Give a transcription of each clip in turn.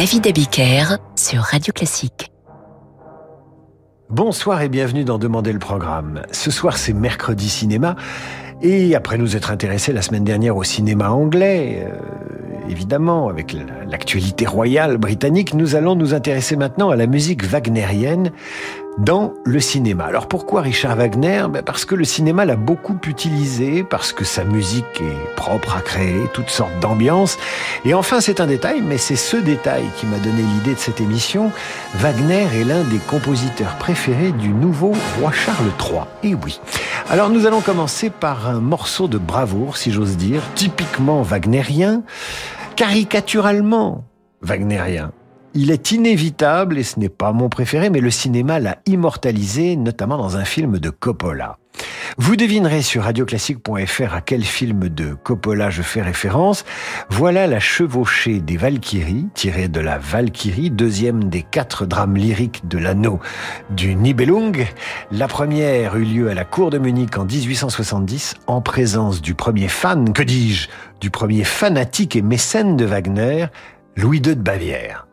David Abiker sur Radio Classique. Bonsoir et bienvenue dans Demandez le programme. Ce soir, c'est mercredi cinéma. Et après nous être intéressés la semaine dernière au cinéma anglais, évidemment, avec l'actualité royale britannique, nous allons nous intéresser maintenant à la musique wagnérienne dans le cinéma. Alors pourquoi Richard Wagner ? Parce que le cinéma l'a beaucoup utilisé, parce que sa musique est propre à créer toutes sortes d'ambiances. Et enfin, c'est un détail, mais c'est ce détail qui m'a donné l'idée de cette émission. Wagner est l'un des compositeurs préférés du nouveau roi Charles III. Et oui. Alors nous allons commencer par un morceau de bravoure, si j'ose dire, typiquement wagnérien, caricaturalement wagnérien. Il est inévitable, et ce n'est pas mon préféré, mais le cinéma l'a immortalisé, notamment dans un film de Coppola. Vous devinerez sur radioclassique.fr à quel film de Coppola je fais référence. Voilà la chevauchée des Valkyries, tirée de la Valkyrie, deuxième des 4 drames lyriques de l'anneau du Nibelung. La première eut lieu à la cour de Munich en 1870, en présence du premier fan, du premier fanatique et mécène de Wagner, Louis II de Bavière.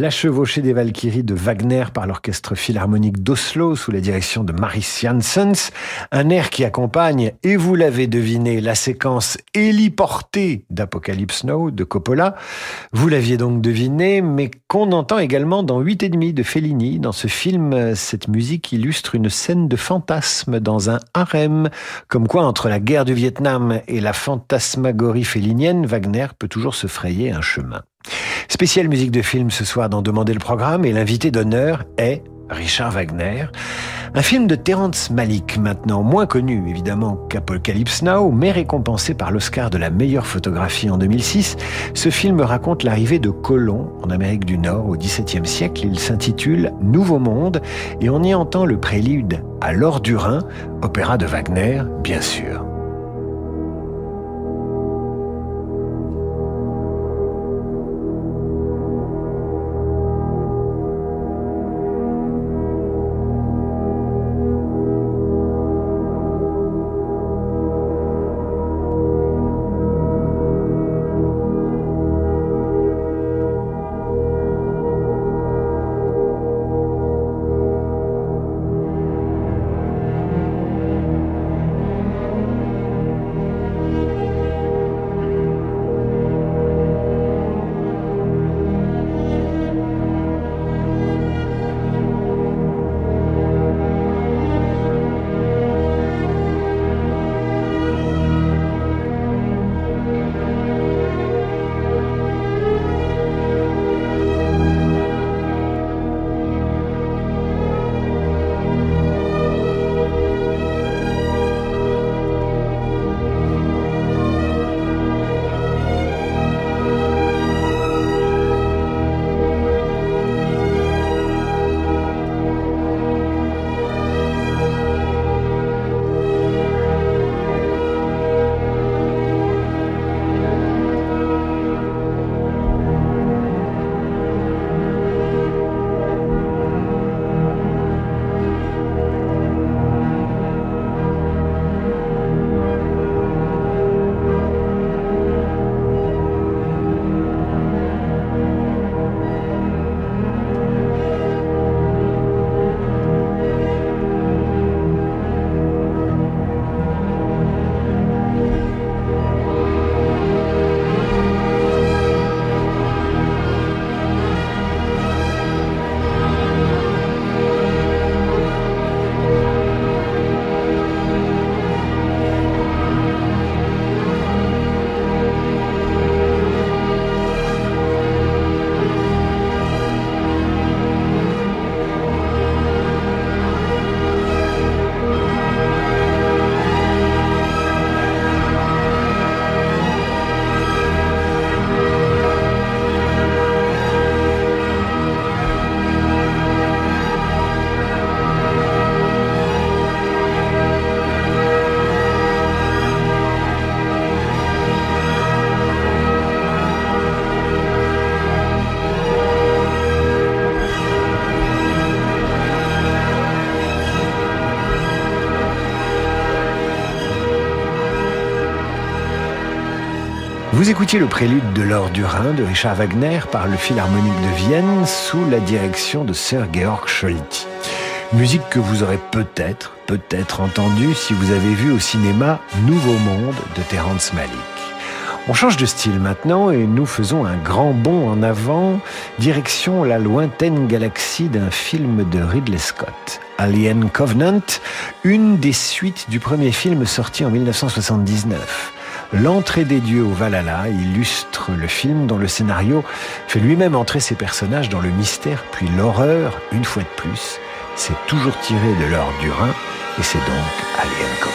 La chevauchée des Valkyries de Wagner par l'Orchestre Philharmonique d'Oslo sous la direction de Maris Janssens. Un air qui accompagne, et vous l'avez deviné, la séquence héliportée d'Apocalypse Now de Coppola. Vous l'aviez donc deviné, mais qu'on entend également dans 8 et demi de Fellini. Dans ce film, cette musique illustre une scène de fantasme dans un harem. Comme quoi, entre la guerre du Vietnam et la fantasmagorie fellinienne, Wagner peut toujours se frayer un chemin. Spéciale musique de film ce soir dans Demander le programme, et l'invité d'honneur est Richard Wagner. Un film de Terrence Malick, maintenant moins connu évidemment qu'Apocalypse Now, mais récompensé par l'Oscar de la meilleure photographie en 2006. Ce film raconte l'arrivée de colons en Amérique du Nord au XVIIe siècle. Il s'intitule Nouveau Monde et on y entend le prélude à L'Or du Rhin, opéra de Wagner, bien sûr. Vous écoutiez le prélude de L'Or du Rhin de Richard Wagner par le Philharmonique de Vienne sous la direction de Sir Georg Scholti. Musique que vous aurez peut-être entendue si vous avez vu au cinéma Nouveau Monde de Terrence Malick. On change de style maintenant et nous faisons un grand bond en avant, direction la lointaine galaxie d'un film de Ridley Scott, Alien Covenant, une des suites du premier film sorti en 1979. L'entrée des dieux au Valhalla illustre le film dont le scénario fait lui-même entrer ses personnages dans le mystère puis l'horreur, une fois de plus. C'est toujours tiré de L'Or du Rhin et c'est donc Alien Covenant.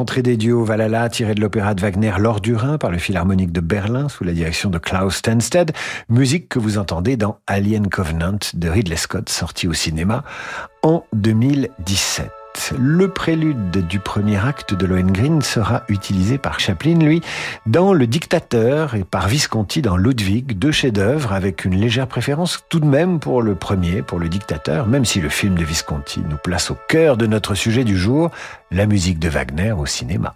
L'entrée des dieux au Valhalla, tirée de l'opéra de Wagner L'Or du Rhin par le Philharmonique de Berlin sous la direction de Klaus Stanstead, musique que vous entendez dans Alien Covenant de Ridley Scott, sorti au cinéma en 2017. Le prélude du premier acte de Lohengrin sera utilisé par Chaplin, lui, dans Le Dictateur et par Visconti dans Ludwig, deux chefs-d'œuvre avec une légère préférence tout de même pour le premier, pour Le Dictateur, même si le film de Visconti nous place au cœur de notre sujet du jour, la musique de Wagner au cinéma.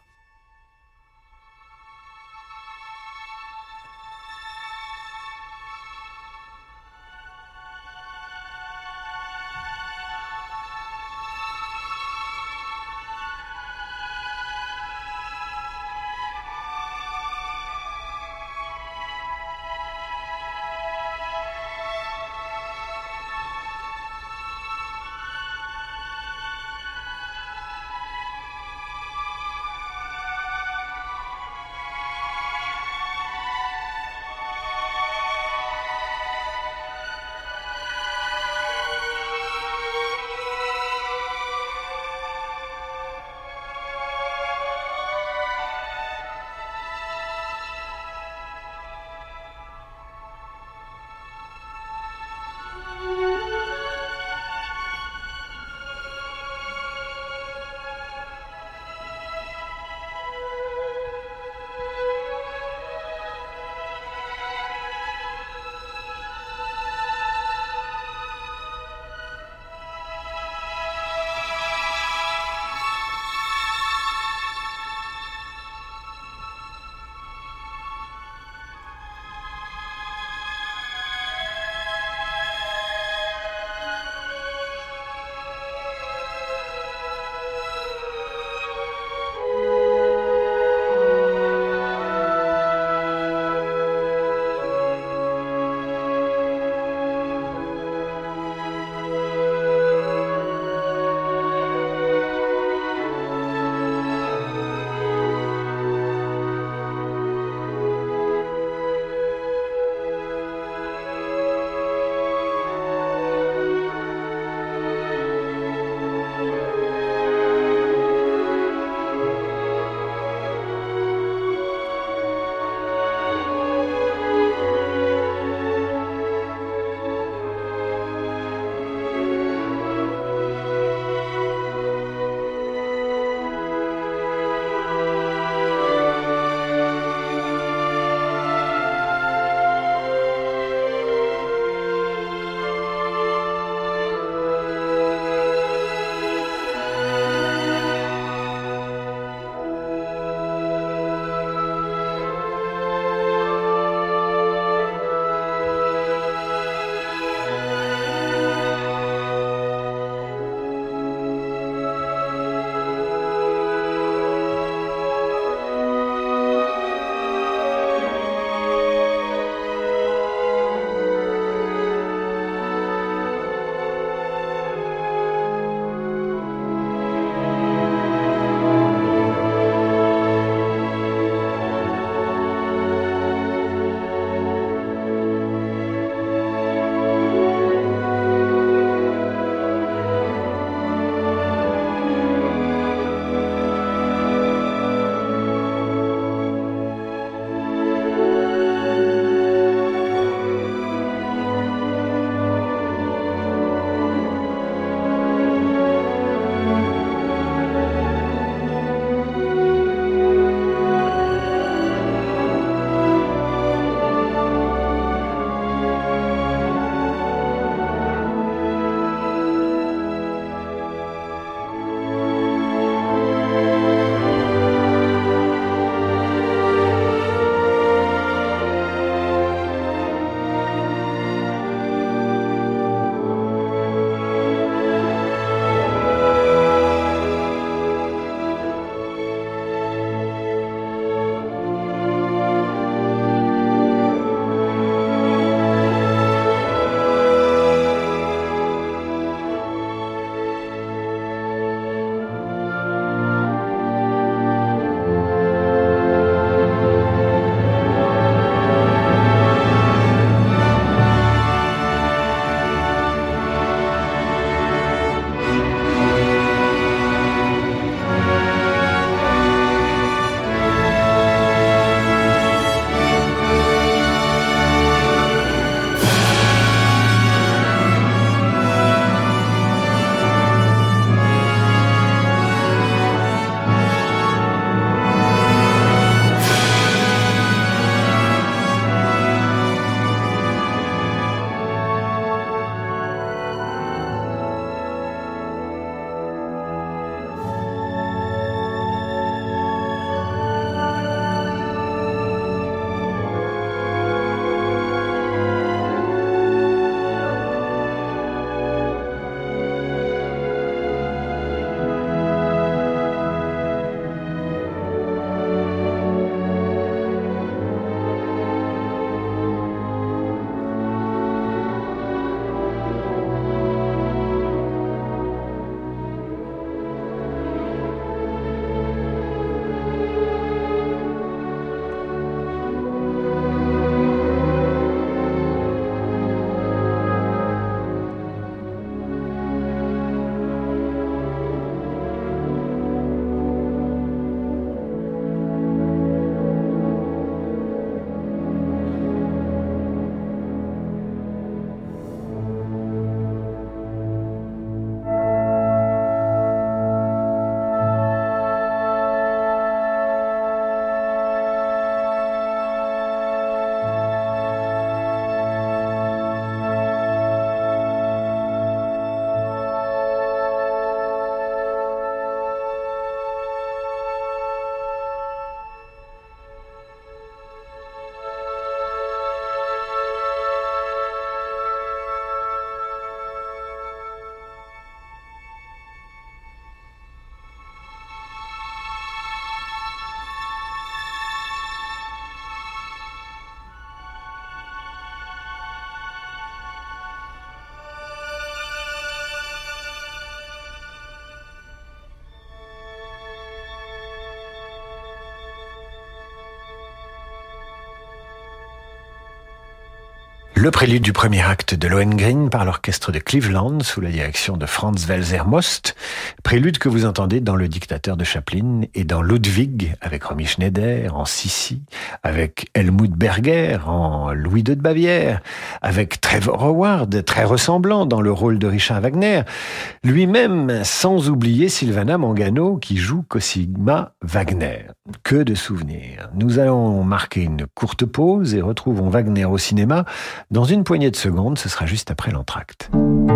Le prélude du premier acte de Lohengrin par l'orchestre de Cleveland sous la direction de Franz Welser Most. Prélude que vous entendez dans Le Dictateur de Chaplin et dans Ludwig avec Romy Schneider en Sissi, avec Helmut Berger en Louis II de Bavière, avec Trevor Howard, très ressemblant dans le rôle de Richard Wagner, lui-même sans oublier Silvana Mangano qui joue Cosima Wagner. Que de souvenirs. Nous allons marquer une courte pause et retrouvons Wagner au cinéma dans une poignée de secondes, ce sera juste après l'entracte.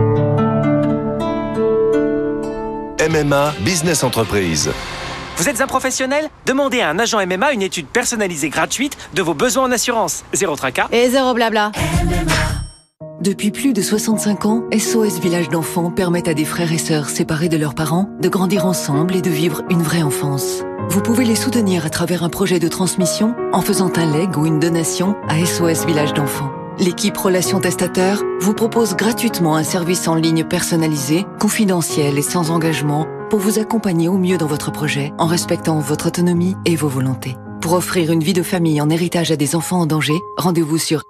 MMA Business Entreprise. Vous êtes un professionnel ? Demandez à un agent MMA une étude personnalisée gratuite de vos besoins en assurance. Zéro tracas et zéro blabla. Depuis plus de 65 ans, SOS Village d'enfants permet à des frères et sœurs séparés de leurs parents de grandir ensemble et de vivre une vraie enfance. Vous pouvez les soutenir à travers un projet de transmission en faisant un leg ou une donation à SOS Village d'enfants. L'équipe Relations Testateurs vous propose gratuitement un service en ligne personnalisé, confidentiel et sans engagement pour vous accompagner au mieux dans votre projet en respectant votre autonomie et vos volontés. Pour offrir une vie de famille en héritage à des enfants en danger, rendez-vous sur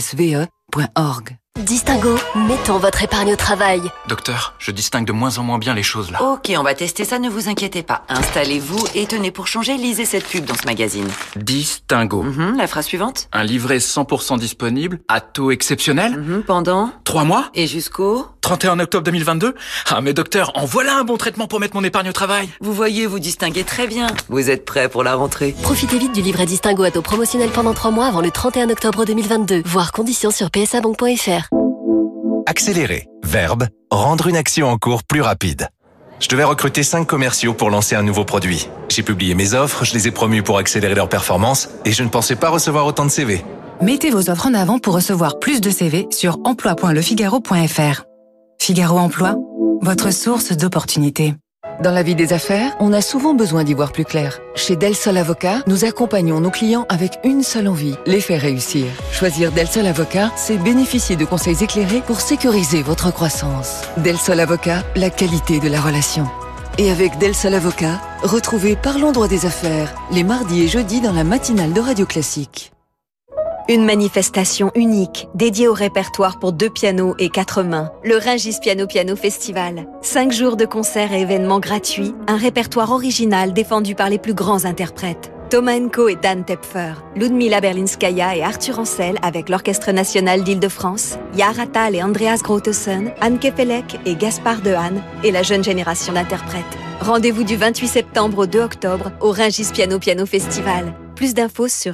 sosve.org. Distingo, mettons votre épargne au travail. Docteur, je distingue de moins en moins bien les choses là. Ok, on va tester ça, ne vous inquiétez pas. Installez-vous et tenez pour changer, lisez cette pub dans ce magazine. Distingo. La phrase suivante. Un livret 100% disponible, à taux exceptionnel. Pendant 3 mois. Et jusqu'au 31 octobre 2022. Ah mais docteur, en voilà un bon traitement pour mettre mon épargne au travail. Vous voyez, vous distinguez très bien. Vous êtes prêts pour la rentrée. Profitez vite du livret Distingo à taux promotionnel pendant 3 mois avant le 31 octobre 2022. Voir conditions sur psabank.fr. Accélérer. Verbe, rendre une action en cours plus rapide. Je devais recruter 5 commerciaux pour lancer un nouveau produit. J'ai publié mes offres, je les ai promus pour accélérer leur performance et je ne pensais pas recevoir autant de CV. Mettez vos offres en avant pour recevoir plus de CV sur emploi.lefigaro.fr. Figaro Emploi, votre source d'opportunités. Dans la vie des affaires, on a souvent besoin d'y voir plus clair. Chez Del Sol Avocat, nous accompagnons nos clients avec une seule envie, les faire réussir. Choisir Del Sol Avocat, c'est bénéficier de conseils éclairés pour sécuriser votre croissance. Del Sol Avocat, la qualité de la relation. Et avec Del Sol Avocat, retrouvez Parlons droit des affaires, les mardis et jeudis dans la matinale de Radio Classique. Une manifestation unique, dédiée au répertoire pour 2 pianos et 4 mains. Le Rungis Piano Festival. 5 jours de concerts et événements gratuits. Un répertoire original défendu par les plus grands interprètes. Thomas Enko et Dan Tepfer. Ludmila Berlinskaya et Arthur Ancel avec l'Orchestre National d'Île-de-France. Yara Tal et Andreas Groteson. Anne Kepelek et Gaspard Dehaene. Et la jeune génération d'interprètes. Rendez-vous du 28 septembre au 2 octobre au Rungis Piano Festival. Plus d'infos sur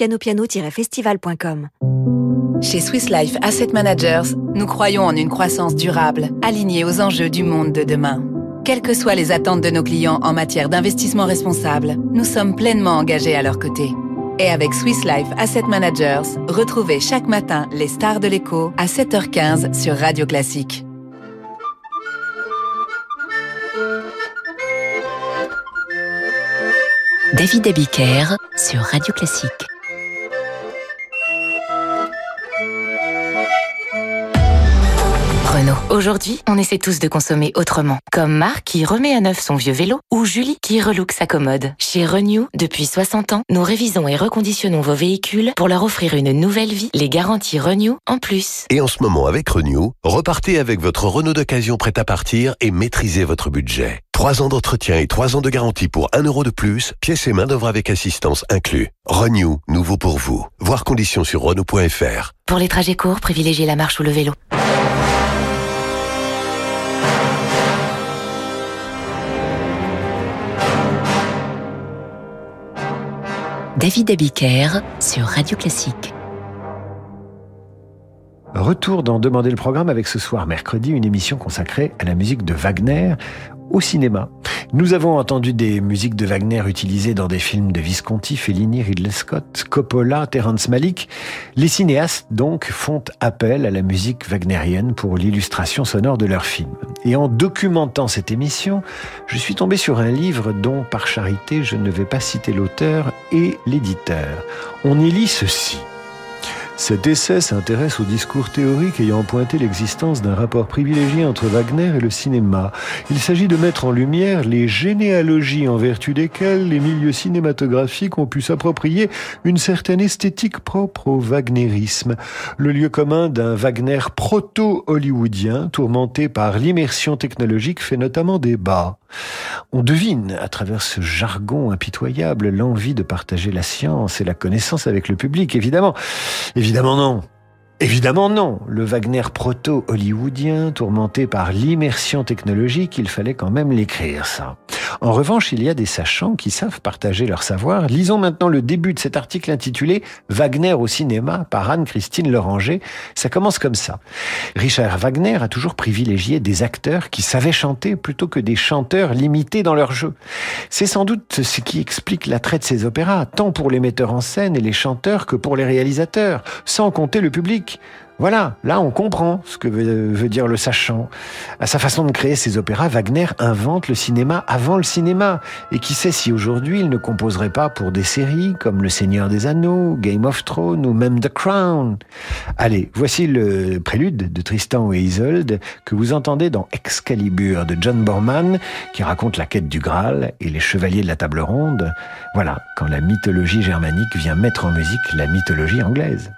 ringispiano-festival.com. Chez Swiss Life Asset Managers, nous croyons en une croissance durable, alignée aux enjeux du monde de demain. Quelles que soient les attentes de nos clients en matière d'investissement responsable, nous sommes pleinement engagés à leur côté. Et avec Swiss Life Asset Managers, retrouvez chaque matin les stars de l'écho à 7h15 sur Radio Classique. David Abiker sur Radio Classique. Renault. Aujourd'hui, on essaie tous de consommer autrement. Comme Marc qui remet à neuf son vieux vélo ou Julie qui relook sa commode. Chez Renew, depuis 60 ans, nous révisons et reconditionnons vos véhicules pour leur offrir une nouvelle vie. Les garanties Renew en plus. Et en ce moment avec Renew, repartez avec votre Renault d'occasion prêt à partir et maîtrisez votre budget. 3 ans d'entretien et 3 ans de garantie pour 1 euro de plus, pièces et main d'œuvre avec assistance inclus. Renew, nouveau pour vous. Voir conditions sur Renault.fr. Pour les trajets courts, privilégiez la marche ou le vélo. David Abiker sur Radio Classique. Retour dans Demander le programme avec ce soir, mercredi, une émission consacrée à la musique de Wagner au cinéma. Nous avons entendu des musiques de Wagner utilisées dans des films de Visconti, Fellini, Ridley Scott, Coppola, Terrence Malick. Les cinéastes, donc, font appel à la musique wagnérienne pour l'illustration sonore de leurs films. Et en documentant cette émission, je suis tombé sur un livre dont, par charité, je ne vais pas citer l'auteur et l'éditeur. On y lit ceci. Cet essai s'intéresse au discours théorique ayant pointé l'existence d'un rapport privilégié entre Wagner et le cinéma. Il s'agit de mettre en lumière les généalogies en vertu desquelles les milieux cinématographiques ont pu s'approprier une certaine esthétique propre au wagnérisme. Le lieu commun d'un Wagner proto-hollywoodien tourmenté par l'immersion technologique fait notamment débat. On devine, à travers ce jargon impitoyable, l'envie de partager la science et la connaissance avec le public. Évidemment non. Évidemment non. Le Wagner proto-hollywoodien, tourmenté par l'immersion technologique, il fallait quand même l'écrire, ça. En revanche, il y a des sachants qui savent partager leur savoir. Lisons maintenant le début de cet article intitulé « Wagner au cinéma » par Anne-Christine Loranger. Ça commence comme ça. Richard Wagner a toujours privilégié des acteurs qui savaient chanter plutôt que des chanteurs limités dans leur jeu. C'est sans doute ce qui explique l'attrait de ses opéras, tant pour les metteurs en scène et les chanteurs que pour les réalisateurs, sans compter le public. Voilà, là on comprend ce que veut dire le sachant. À sa façon de créer ses opéras, Wagner invente le cinéma avant le cinéma. Et qui sait si aujourd'hui il ne composerait pas pour des séries comme Le Seigneur des Anneaux, Game of Thrones ou même The Crown. Allez, voici le prélude de Tristan et Isolde que vous entendez dans Excalibur de John Borman, qui raconte la quête du Graal et les chevaliers de la table ronde. Voilà, quand la mythologie germanique vient mettre en musique la mythologie anglaise.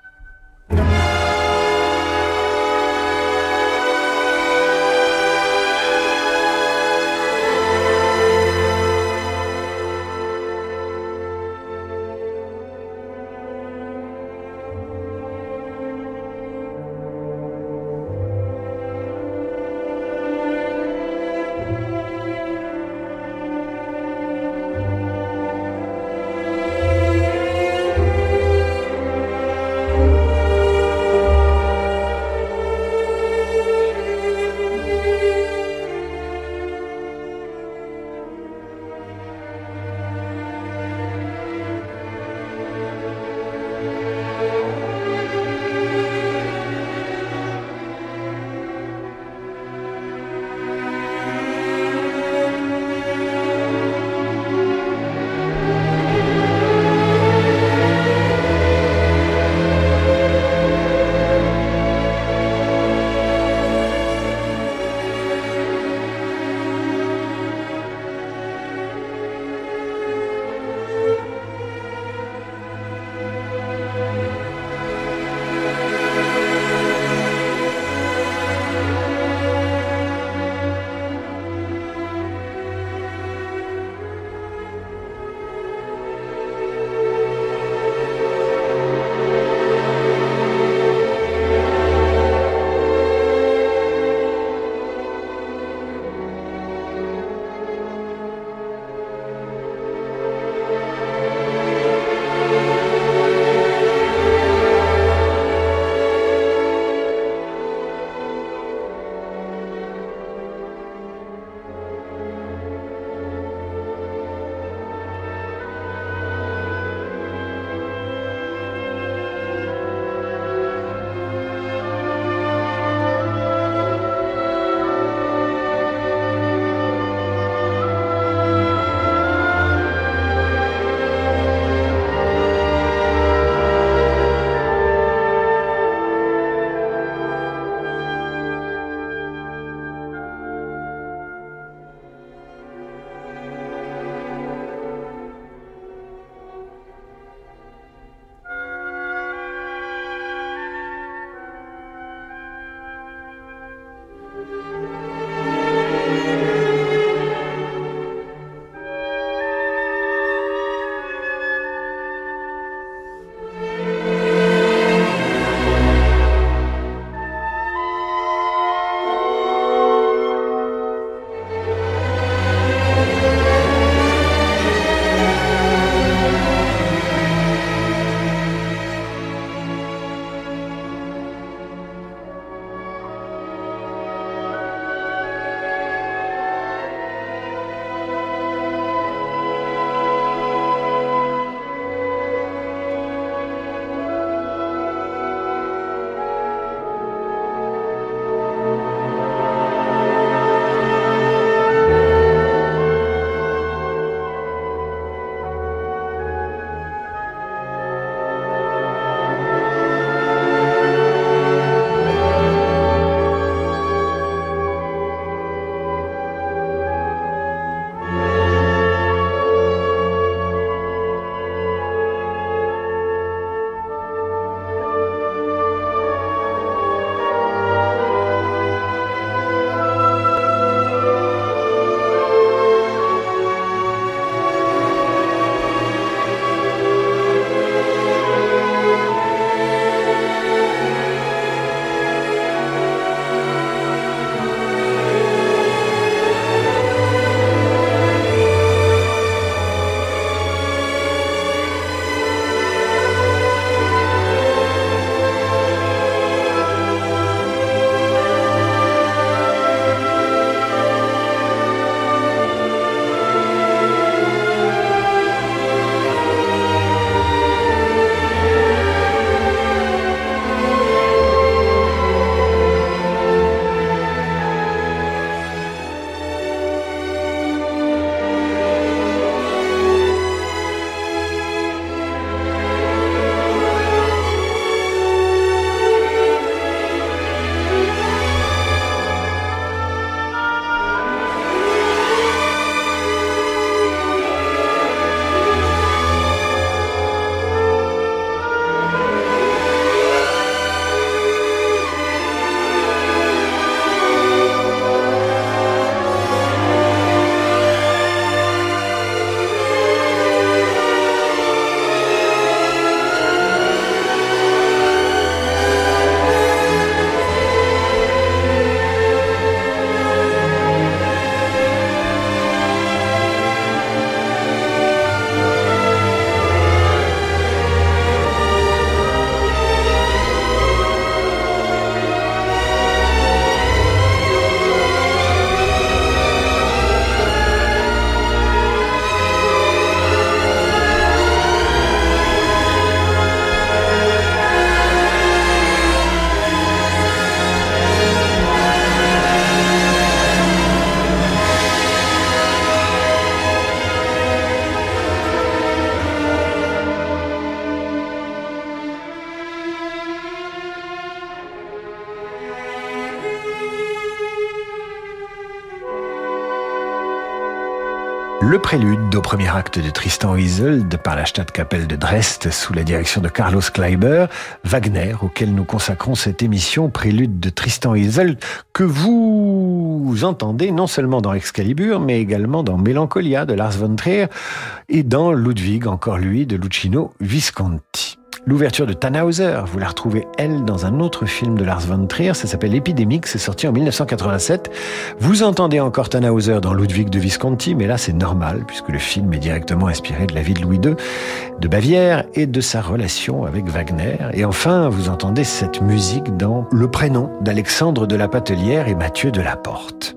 Le prélude au premier acte de Tristan et Isolde par la Stadtkapelle de Dresde sous la direction de Carlos Kleiber, Wagner, auquel nous consacrons cette émission, prélude de Tristan et Isolde, que vous entendez non seulement dans Excalibur, mais également dans Mélancolia de Lars von Trier et dans Ludwig, encore lui, de Luchino Visconti. L'ouverture de Tannhäuser, vous la retrouvez, elle, dans un autre film de Lars von Trier, ça s'appelle Épidémique, c'est sorti en 1987. Vous entendez encore Tannhäuser dans Ludwig de Visconti, mais là c'est normal, puisque le film est directement inspiré de la vie de Louis II de Bavière et de sa relation avec Wagner. Et enfin, vous entendez cette musique dans Le prénom d'Alexandre de la Patelière et Mathieu de la Porte.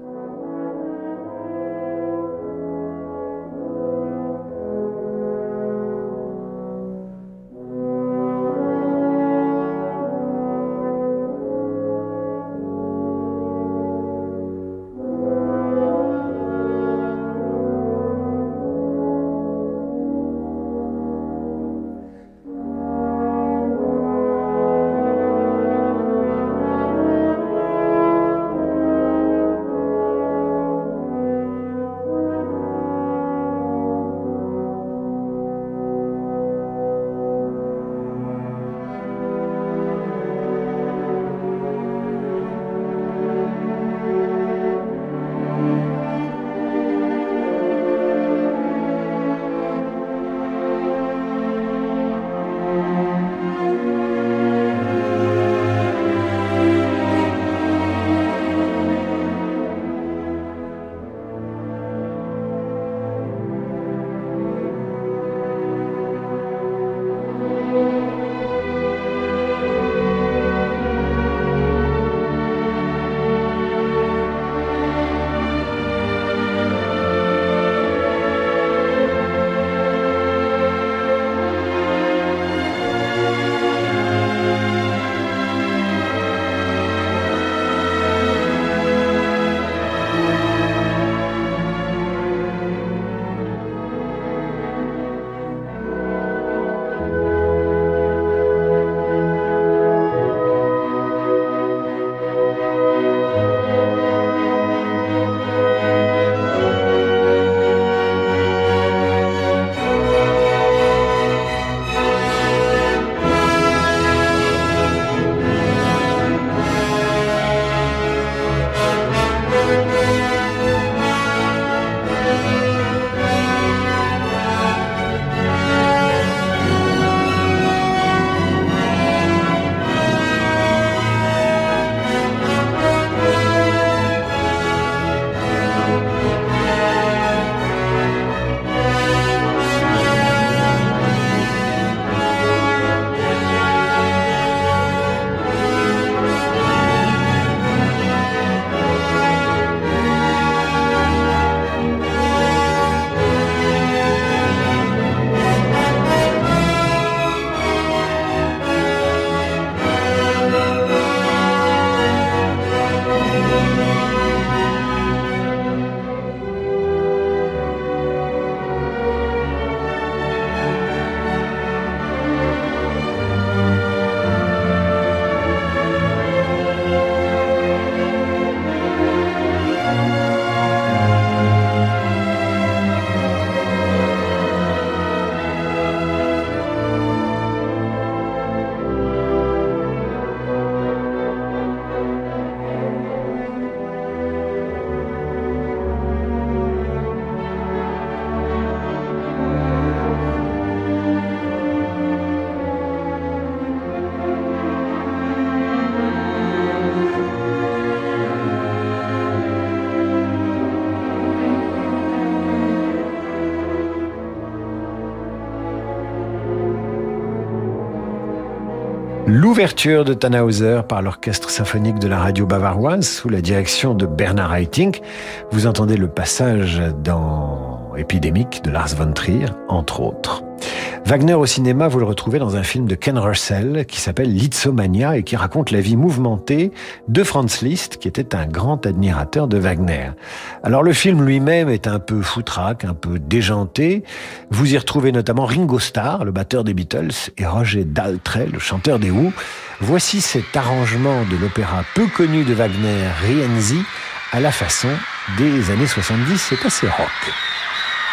L'ouverture de Tannhäuser par l'orchestre symphonique de la radio bavaroise sous la direction de Bernard Haitink. Vous entendez le passage dans Épidémique de Lars von Trier, entre autres. Wagner au cinéma, vous le retrouvez dans un film de Ken Russell qui s'appelle Lithomania et qui raconte la vie mouvementée de Franz Liszt, qui était un grand admirateur de Wagner. Alors le film lui-même est un peu foutraque, un peu déjanté. Vous y retrouvez notamment Ringo Starr, le batteur des Beatles, et Roger Daltrey, le chanteur des Who. Voici cet arrangement de l'opéra peu connu de Wagner, Rienzi, à la façon des années 70. C'est assez rock.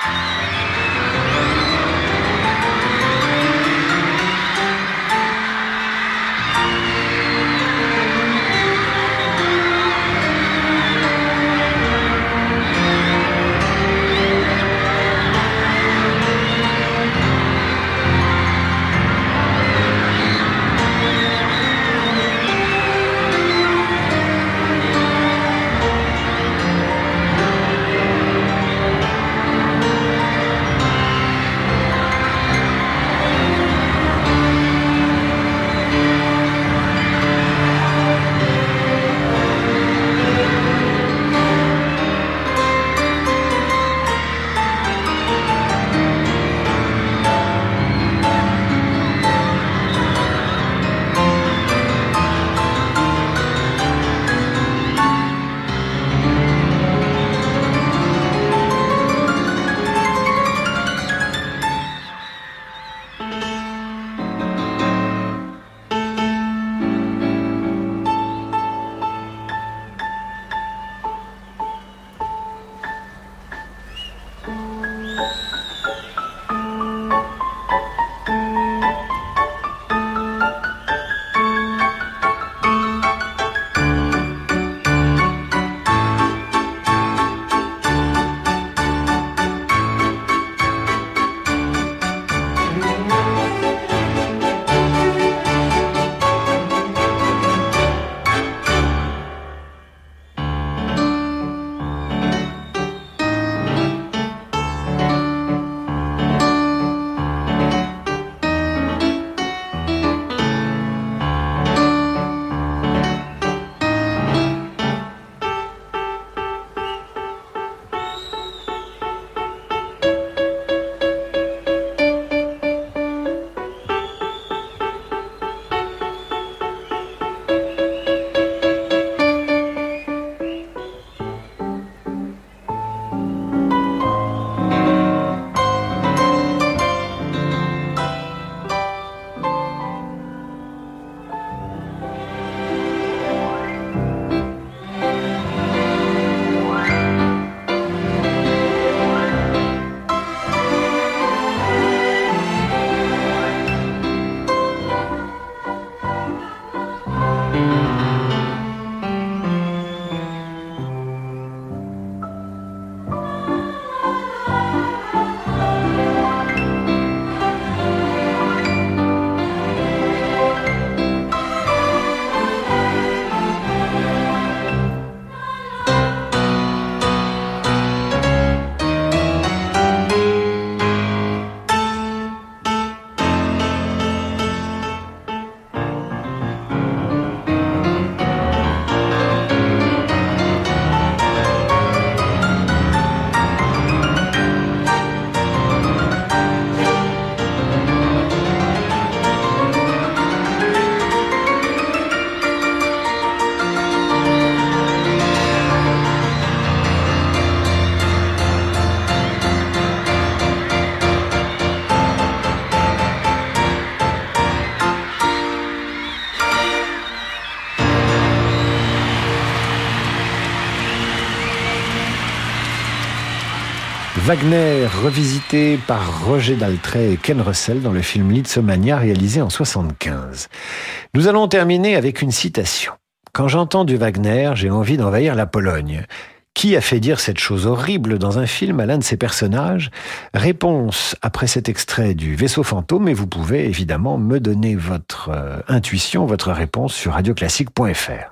Wagner, revisité par Roger Daltrey et Ken Russell dans le film Lisztomania réalisé en 1975. Nous allons terminer avec une citation. Quand j'entends du Wagner, j'ai envie d'envahir la Pologne. Qui a fait dire cette chose horrible dans un film à l'un de ses personnages ? Réponse après cet extrait du Vaisseau fantôme, et vous pouvez évidemment me donner votre intuition, votre réponse sur radioclassique.fr.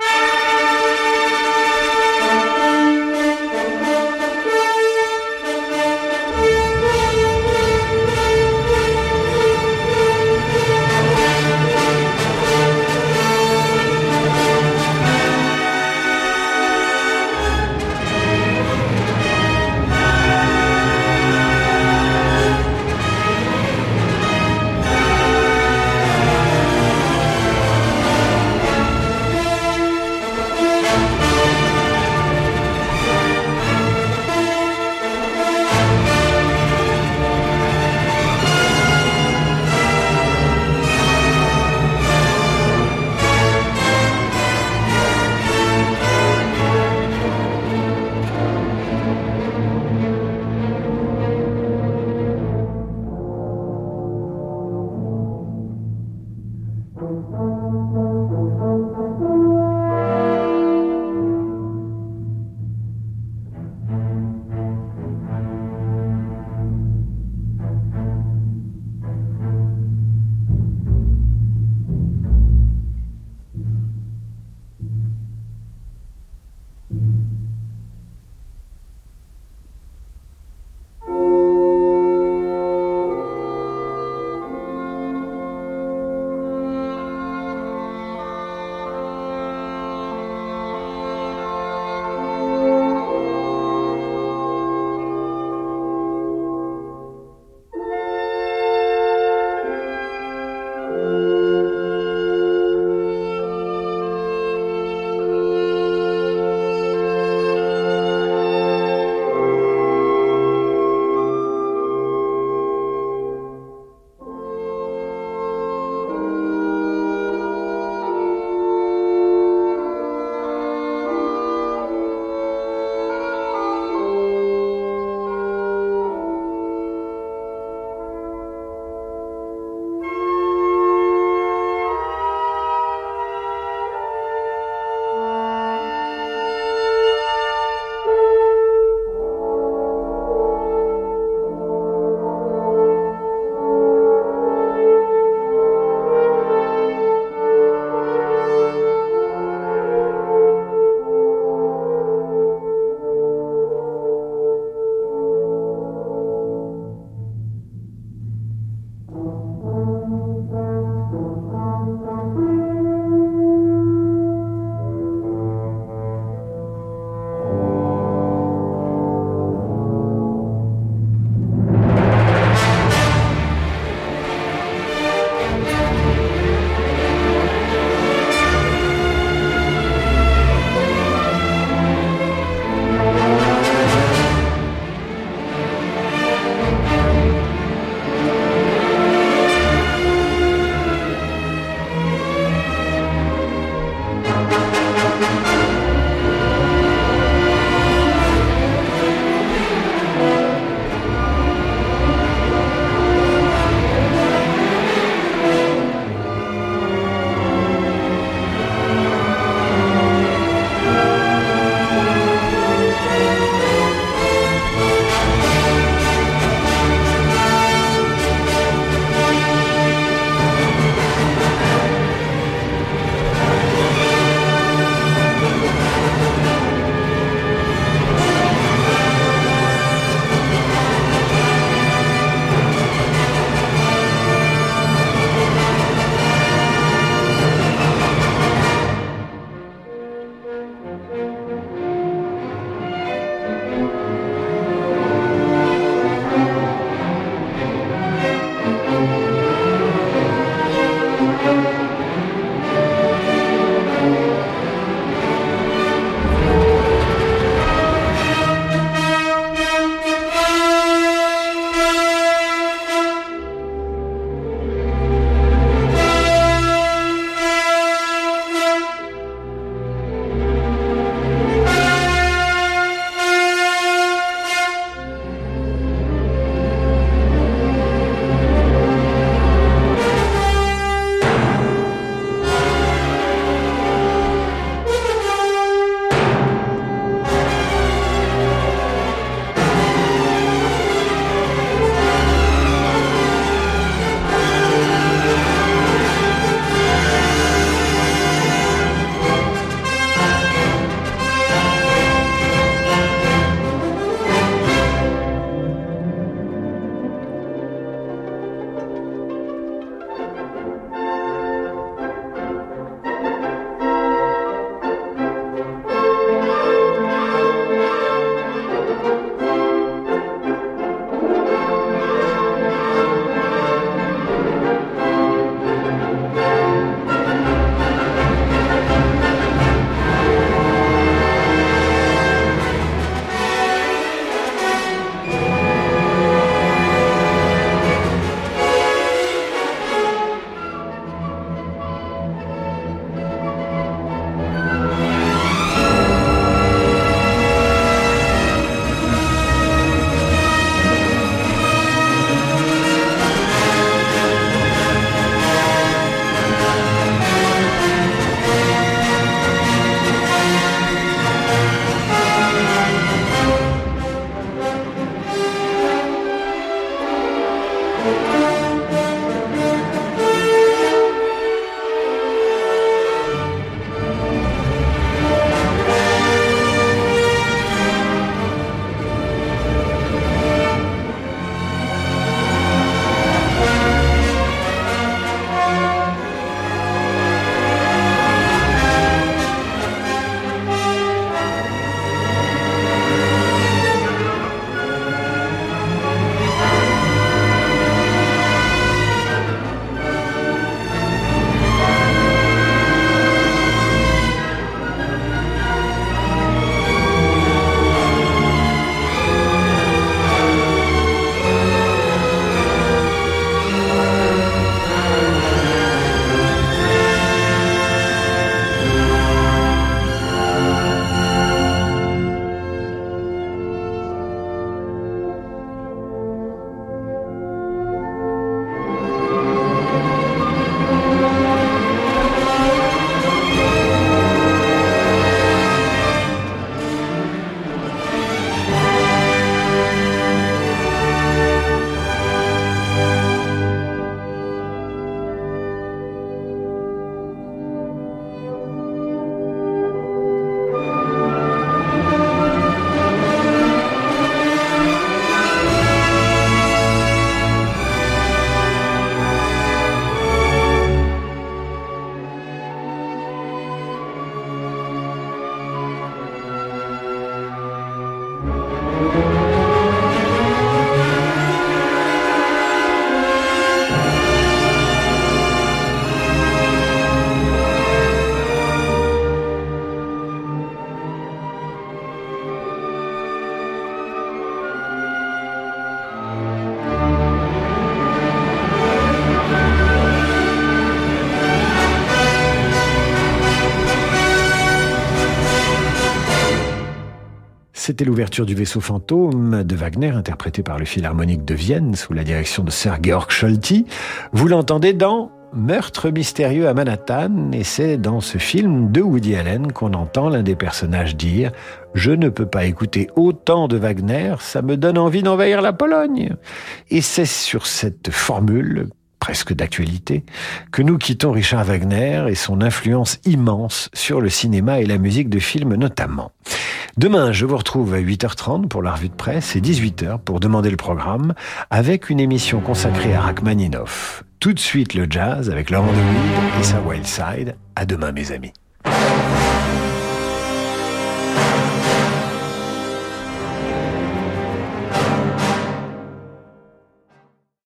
C'était l'ouverture du Vaisseau fantôme de Wagner, interprété par le Philharmonique de Vienne sous la direction de Sir Georg Scholti. Vous l'entendez dans Meurtre mystérieux à Manhattan, et c'est dans ce film de Woody Allen qu'on entend l'un des personnages dire « Je ne peux pas écouter autant de Wagner, ça me donne envie d'envahir la Pologne ». Et c'est sur cette formule presque d'actualité, que nous quittons Richard Wagner et son influence immense sur le cinéma et la musique de film notamment. Demain, je vous retrouve à 8h30 pour la revue de presse et 18h pour demander le programme avec une émission consacrée à Rachmaninoff. Tout de suite le jazz avec Laurent DeWitt et sa Wild Side. À demain mes amis.